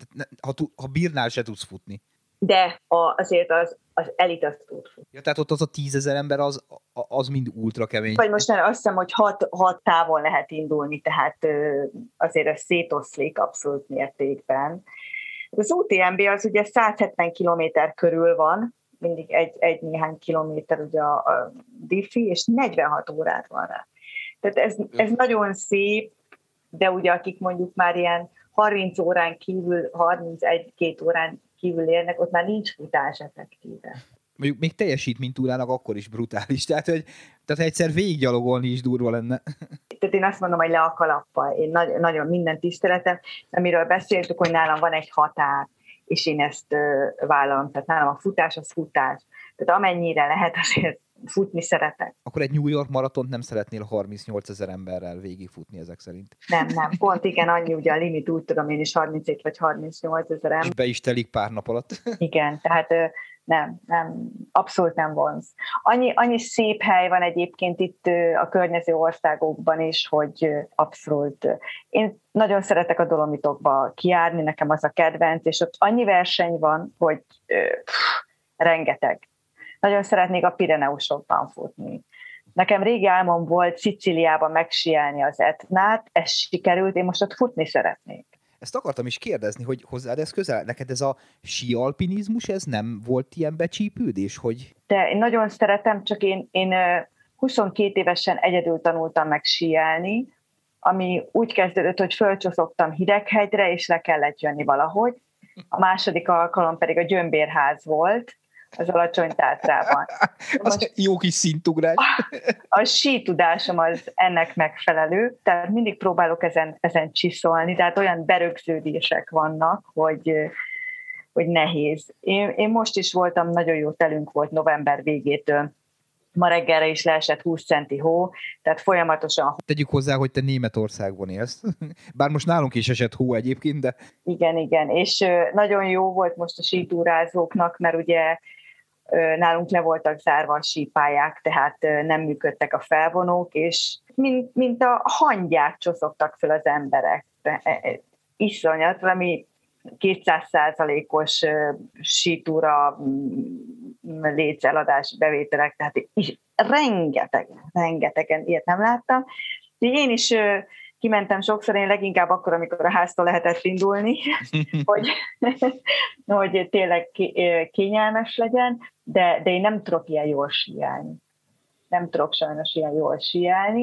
ha bírnál, se tudsz futni. De azért az elit azt tud futni. Ja, tehát ott az a 10 000 ember, az mind ultra kemény. Vagy most már azt hiszem, hogy 6 távon lehet indulni, tehát azért ez szétoszlik abszolút mértékben. Az UTMB az ugye 170 kilométer körül van, mindig egy néhány kilométer ugye a diffi, és 46 órát van rá. Tehát ez nagyon szép, de ugye akik mondjuk már ilyen 30 órán kívül, 31-2 órán kívül érnek, ott már nincs futás effektíve. Mondjuk még teljesítménytúrának akkor is brutális, tehát egyszer végiggyalogolni is durva lenne. Tehát én azt mondom, hogy le a kalappal. Én nagyon minden tiszteletem, amiről beszéltük, hogy nálam van egy határ, és én ezt vállalom. Tehát nálam a futás az futás. Tehát amennyire lehet, azért futni szeretek. Akkor egy New York maratont nem szeretnél 38 000 emberrel végigfutni ezek szerint? Nem, pont igen, annyi ugye a limit, úgy tudom én is 37 vagy 38 000 ember. És be is telik pár nap alatt. Igen, tehát nem, abszolút nem vonz. Annyi szép hely van egyébként itt a környező országokban is, hogy abszolút. Én nagyon szeretek a Dolomitokba kijárni, nekem az a kedvenc, és ott annyi verseny van, hogy rengeteg. Nagyon szeretnék a Pireneusokban futni. Nekem régi álmom volt Szicíliában megsíelni az Etnát, ez sikerült, én most ott futni szeretnék. Ezt akartam is kérdezni, hogy hozzád ez közel? Neked ez a síalpinizmus, ez nem volt ilyen becsípődés? Hogy... De én nagyon szeretem, csak én 22 évesen egyedül tanultam meg síelni, ami úgy kezdődött, hogy fölcsoszogtam Hideghegyre, és le kellett jönni valahogy. A második alkalom pedig a Gyömbérház volt, az Alacsony-Tátrában. Az jó kis szintugrás. A sítudásom az ennek megfelelő, tehát mindig próbálok ezen csiszolni, tehát olyan berögződések vannak, hogy nehéz. Én most is voltam, nagyon jó telünk volt november végétől. Ma reggelre is leesett 20 centi hó, tehát folyamatosan... Tegyük hozzá, hogy te Németországban élsz. Bár most nálunk is esett hó egyébként, de... Igen, és nagyon jó volt most a sítúrázóknak, mert ugye nálunk le voltak zárva a sípályák, tehát nem működtek a felvonók, és mint a hangyák csoszogtak fel az emberek. Iszonyat, valami 200%-os sítúra létzeladás bevételek, tehát rengetegen ilyet nem láttam. Én is kimentem sokszor, én leginkább akkor, amikor a háztól lehetett indulni, hogy tényleg kényelmes legyen, de én nem tudok ilyen jól síelni. Nem tudok sajnos ilyen jól síelni,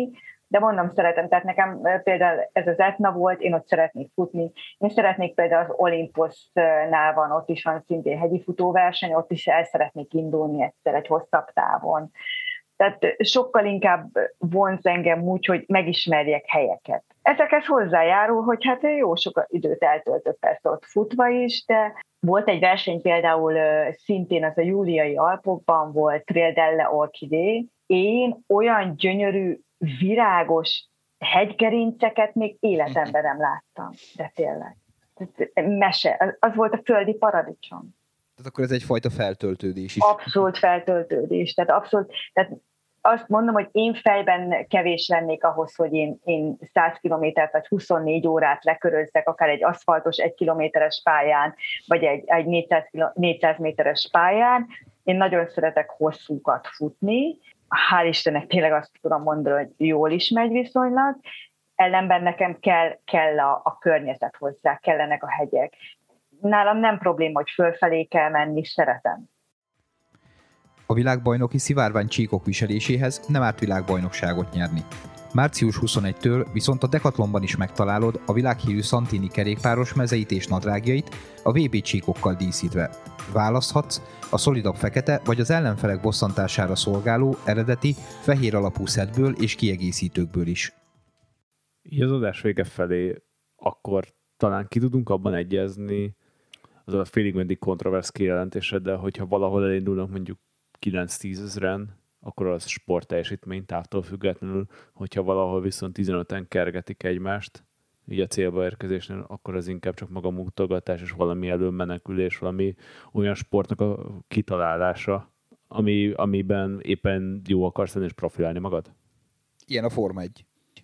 De mondom, szeretem, tehát nekem például ez az Etna volt, én ott szeretnék futni. Én szeretnék például az Olympusnál van, ott is van szintén hegyi futóverseny, ott is el szeretnék indulni egyszer egy hosszabb távon. Tehát sokkal inkább vonz engem úgy, hogy megismerjek helyeket. Ezekhez hozzájárul, hogy hát jó sok időt eltöltök persze ott futva is, de volt egy verseny például szintén az a Júliai Alpokban volt, Trail delle Orchidee. Én olyan gyönyörű, virágos hegygerinceket még életemben nem láttam, de tényleg. Mese, az volt a földi paradicsom. Tehát akkor ez egyfajta feltöltődés is. Abszolút feltöltődés. Tehát azt mondom, hogy én fejben kevés lennék ahhoz, hogy én 100 kilométert vagy 24 órát lekörözzek, akár egy aszfaltos 1 kilométeres pályán, vagy egy 400 méteres pályán. Én nagyon szeretek hosszúkat futni. Hál' Istennek tényleg azt tudom mondani, hogy jól is megy viszonylag. Ellenben nekem kell a környezet hozzá, kellenek a hegyek. Nálam nem probléma, hogy fölfelé kell menni, szeretem. A világbajnoki szivárvány csíkok viseléséhez nem árt világbajnokságot nyerni. Március 21-től viszont a Decathlonban is megtalálod a világhírű Santini kerékpáros mezeit és nadrágjait a VB csíkokkal díszítve. Választhatsz a szolidabb fekete vagy az ellenfelek bosszantására szolgáló eredeti fehér alapú szettből és kiegészítőkből is. Így az adás vége felé akkor talán ki tudunk abban egyezni az a félig meddig kontroversz kijelentéseddel, hogyha valahol elindulnak mondjuk 9-10 ezeren, akkor az sportteljesítmény távtól függetlenül, hogyha valahol viszont 15-en kergetik egymást, így a célba érkezésnél, akkor az inkább csak maga mutogatás és valami elől menekülés, valami olyan sportnak a kitalálása, amiben éppen jó akarsz lenni és profilálni magad? Ilyen a Forma 1.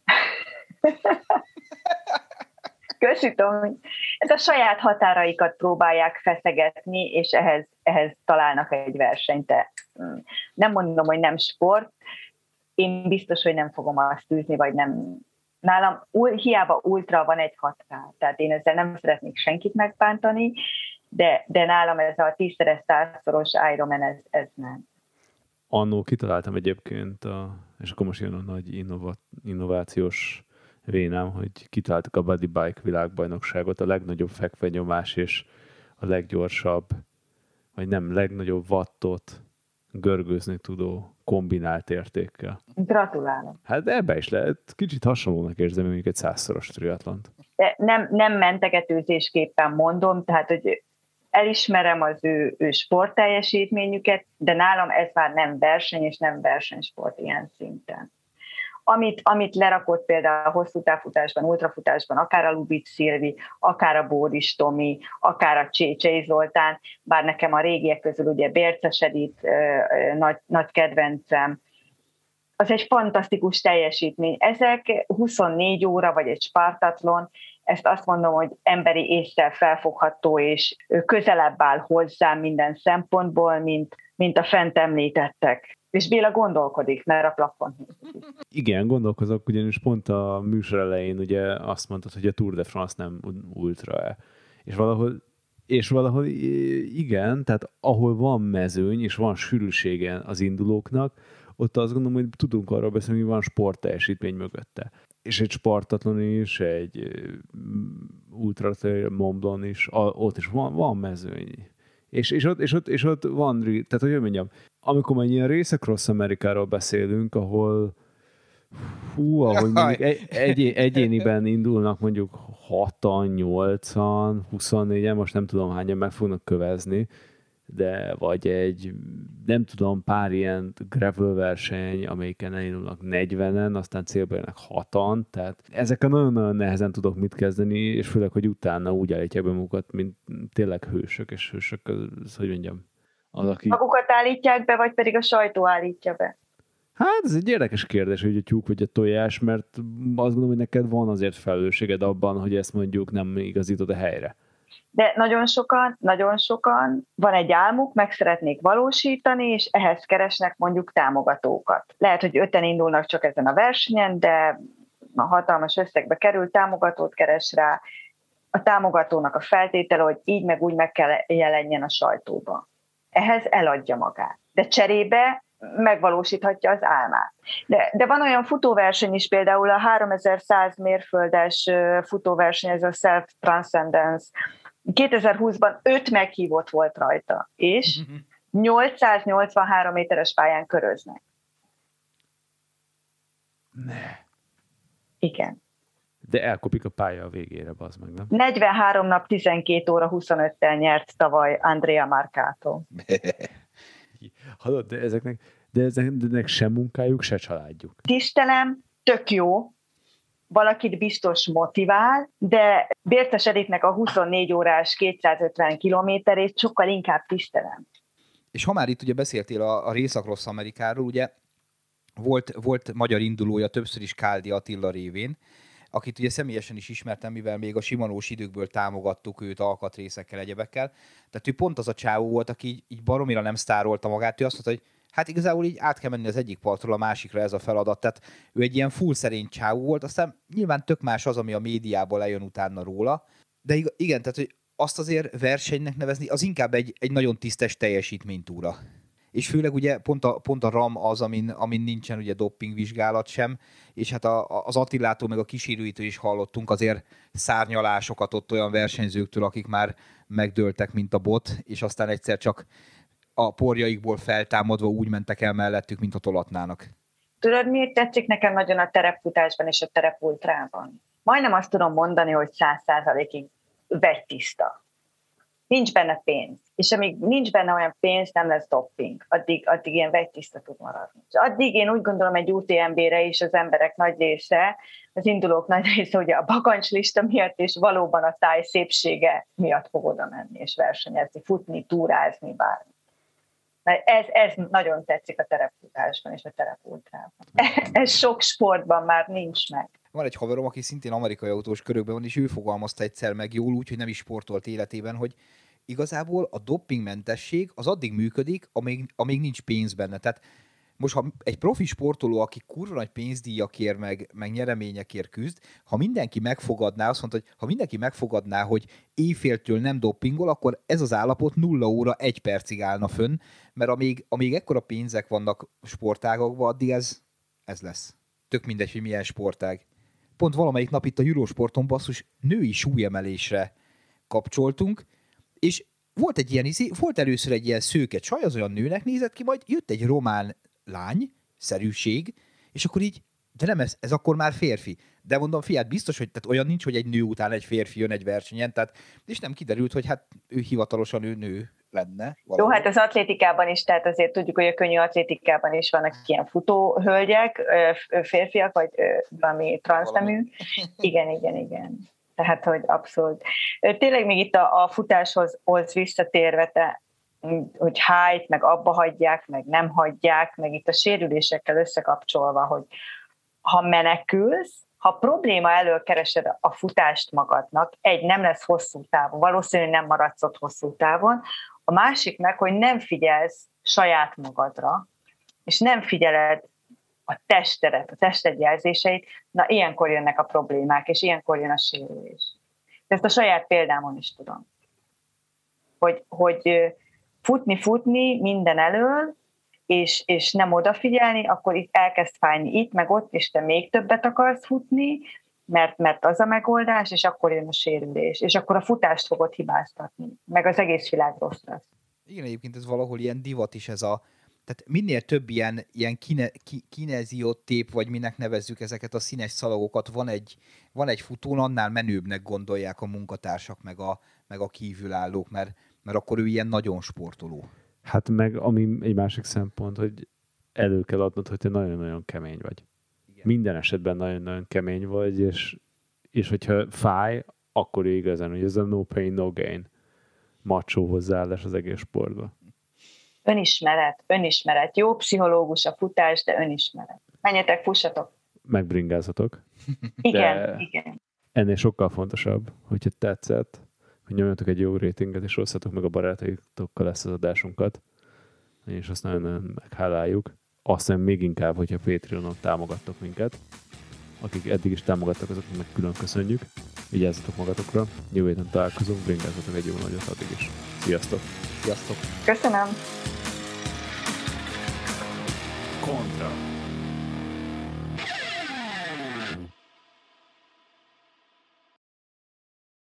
Köszi, Tomi. Ez a saját határaikat próbálják feszegetni, és ehhez találnak egy versenyt. Nem mondom, hogy nem sport. Én biztos, hogy nem fogom azt űzni, vagy nem. Nálam hiába ultra van egy határ. Tehát én ezzel nem szeretnék senkit megbántani, de nálam ez a 10-szeres, 100-szoros Ironman, ez nem. Annó kitaláltam egyébként, és akkor most jön a nagy innovációs vénám, hogy kitaláltuk a Body Bike világbajnokságot, a legnagyobb fekvenyomás és a leggyorsabb, vagy nem, legnagyobb wattot görgőzni tudó kombinált értékkel. Gratulálok. Hát ebbe is lehet, kicsit hasonlónak érzem, mondjuk egy 100-szoros triatlont. De nem mentegetőzésképpen mondom, tehát, hogy elismerem az ő sportteljesítményüket, de nálam ez már nem verseny, és nem versenysport ilyen szinten. Amit lerakott például a hosszú távfutásban, ultrafutásban, akár a Lubic Szilvi, akár a Bódis Tomi, akár a Csécsei Zoltán, bár nekem a régiek közül ugye Bérces Edith, nagy kedvencem, az egy fantasztikus teljesítmény. Ezek 24 óra, vagy egy Spartatlon, ezt azt mondom, hogy emberi észre felfogható, és közelebb áll hozzám minden szempontból, mint a fent említettek. És Béla gondolkodik, mert a plafon. Igen, gondolkozok, ugyanis pont a műsor elején ugye azt mondtad, hogy a Tour de France nem ultra-e. És valahol igen, tehát ahol van mezőny, és van sűrűsége az indulóknak, ott azt gondolom, hogy tudunk arról beszélni, hogy van sportteljesítmény mögötte. És egy Spartatlon is, egy Ultra Mont Blanc is, ott is van mezőny. És ott van, tehát hogy mondjam, amikor már ilyen Race-Across Amerikáról beszélünk, ahol ahogy mondjuk egyéniben indulnak mondjuk 6-an, 8-an, 24-en, most nem tudom hányan meg fognak kövezni, de vagy egy, nem tudom, pár ilyen gravel verseny, amelyiken elindulnak 40-en, aztán célba jönnek 6-an, tehát ezekkel nagyon-nagyon nehezen tudok mit kezdeni, és főleg, hogy utána úgy állítják be magukat, mint tényleg hősök, és hősök, az, hogy mondjam, az, aki... Magukat állítják be, vagy pedig a sajtó állítja be? Hát ez egy érdekes kérdés, hogy a tyúk vagy a tojás, mert azt gondolom, hogy neked van azért felelősséged abban, hogy ezt mondjuk nem igazítod a helyre. De nagyon sokan van egy álmuk, meg szeretnék valósítani, és ehhez keresnek mondjuk támogatókat. Lehet, hogy 5-en indulnak csak ezen a versenyen, de a hatalmas összegbe kerül, támogatót keres rá. A támogatónak a feltétele, hogy így meg úgy meg kell jelenjen a sajtóban. Ehhez eladja magát. De cserébe megvalósíthatja az álmát. De van olyan futóverseny is, például a 3100 mérföldes futóverseny, ez a Self Transcendence. 2020-ban 5 meghívott volt rajta, és 883 méteres pályán köröznek. Ne. Igen. De elkopik a pálya a végére, bazd meg, nem? 43 nap, 12 óra, 25-tel nyert tavaly Andrea Marcato. Hallod, de ezeknek sem munkájuk, se családjuk. Tisztelem, tök jó, valakit biztos motivál, de Bérces Editnek a 24 órás 250 kilométerét sokkal inkább tisztelem. És ha már itt ugye beszéltél a Race-Across Amerikáról, ugye volt magyar indulója többször is Káldi Attila révén, akit ugye személyesen is ismertem, mivel még a Shimanós időkből támogattuk őt alkatrészekkel, egyebekkel. Tehát ő pont az a csávó volt, aki így baromira nem sztárolta magát, ő azt mondta, hogy hát igazából így át kell menni az egyik partról a másikra, ez a feladat. Tehát ő egy ilyen full szerény csávó volt, aztán nyilván tök más az, ami a médiából lejön utána róla. De igen, tehát hogy azt azért versenynek nevezni, az inkább egy nagyon tisztes teljesítménytúra. És főleg ugye pont a RAM az, amin nincsen ugye doppingvizsgálat sem, és hát az Attilától meg a kísérőitől is hallottunk azért szárnyalásokat ott olyan versenyzőktől, akik már megdőltek, mint a bot, és aztán egyszer csak a porjaikból feltámadva úgy mentek el mellettük, mint a tolatnának. Tudod, miért tetszik nekem nagyon a terepfutásban és a terepultrában? Majdnem azt tudom mondani, hogy 100%-ig vegytiszta. Nincs benne pénz. És amíg nincs benne olyan pénz, nem lesz doping. Addig ilyen vegytiszta tud maradni. És addig én úgy gondolom, egy UTMB-re is az emberek nagy része, az indulók nagy része ugye a bakancslista miatt, és valóban a táj szépsége miatt fog oda menni, és versenyezni, futni, túrázni, bármi. Ez nagyon tetszik a terepfutásban és a terepultrában. Ez sok sportban már nincs meg. Van egy haverom, aki szintén amerikai autós körökben van, és ő fogalmazta egyszer meg jól úgy, hogy nem is sportolt életében, hogy igazából a dopingmentesség az addig működik, amíg nincs pénz benne. Tehát most, ha egy profi sportoló, aki kurva nagy pénzdíjakért, meg nyereményekért küzd, ha mindenki megfogadná, azt mondta, hogy ha mindenki megfogadná, hogy éjféltől nem dopingol, akkor ez az állapot 0 óra 1 percig állna fönn, mert amíg ekkora pénzek vannak sportágakban, addig ez lesz. Tök mindegy, hogy milyen sportág. Pont valamelyik nap itt a Eurosporton basszus női súlyemelésre kapcsoltunk, és volt először egy ilyen szőke csaj, az olyan nőnek nézett ki, majd jött egy román lány, szerűség, és akkor így, de nem ez akkor már férfi. De mondom, fiát, biztos, hogy tehát olyan nincs, hogy egy nő után egy férfi jön egy versenyen, tehát, és nem kiderült, hogy hát ő hivatalosan nő lenne. Jó, hát az atlétikában is, tehát azért tudjuk, hogy a könnyű atlétikában is vannak ilyen futóhölgyek, férfiak, vagy valami transznemű. Igen. Tehát, hogy abszolút. Tényleg még itt a futáshoz visszatérve, hogy hájt, meg abba hagyják, meg nem hagyják, meg itt a sérülésekkel összekapcsolva, hogy ha menekülsz, ha probléma elől keresed a futást magadnak, nem lesz hosszú távon, valószínűleg nem maradsz ott hosszú távon, a másik meg, hogy nem figyelsz saját magadra, és nem figyeled a testedet, a tested jelzéseit, na ilyenkor jönnek a problémák, és ilyenkor jön a sérülés. Ezt a saját példámon is tudom. Hogy futni minden elől, és nem odafigyelni, akkor itt elkezd fájni itt, meg ott, és te még többet akarsz futni, mert az a megoldás, és akkor jön a sérülés, és akkor a futást fogod hibáztatni, meg az egész világ rossz lesz. Igen, egyébként ez valahol ilyen divat is ez tehát minél több ilyen kineziotép, vagy minek nevezzük ezeket a színes szalagokat, van egy futón, annál menőbbnek gondolják a munkatársak, meg a kívülállók, mert akkor ő ilyen nagyon sportoló. Hát meg ami egy másik szempont, hogy elő kell adnod, hogy te nagyon-nagyon kemény vagy. Igen. Minden esetben nagyon-nagyon kemény vagy, és hogyha fáj, akkor igazán, hogy ez a no pain, no gain macho hozzáállás az egész sportban. Önismeret. Jó pszichológus a futás, de önismeret. Menjetek, fussatok. Megbringázatok. Igen. Ennél sokkal fontosabb, hogyha tetszett, hogy nyomjatok egy jó ratinget, és osszátok meg a barátaitokkal ezt az adásunkat. És azt nagyon megháláljuk. Aztán még inkább, hogyha Patreonon támogattok minket. Akik eddig is támogattak, azoknak meg külön köszönjük. Vigyázzatok magatokra. Jövő héten találkozunk, bringázatok egy jó nagyot addig is. Sziasztok! Sziasztok! Köszönöm! Kontra.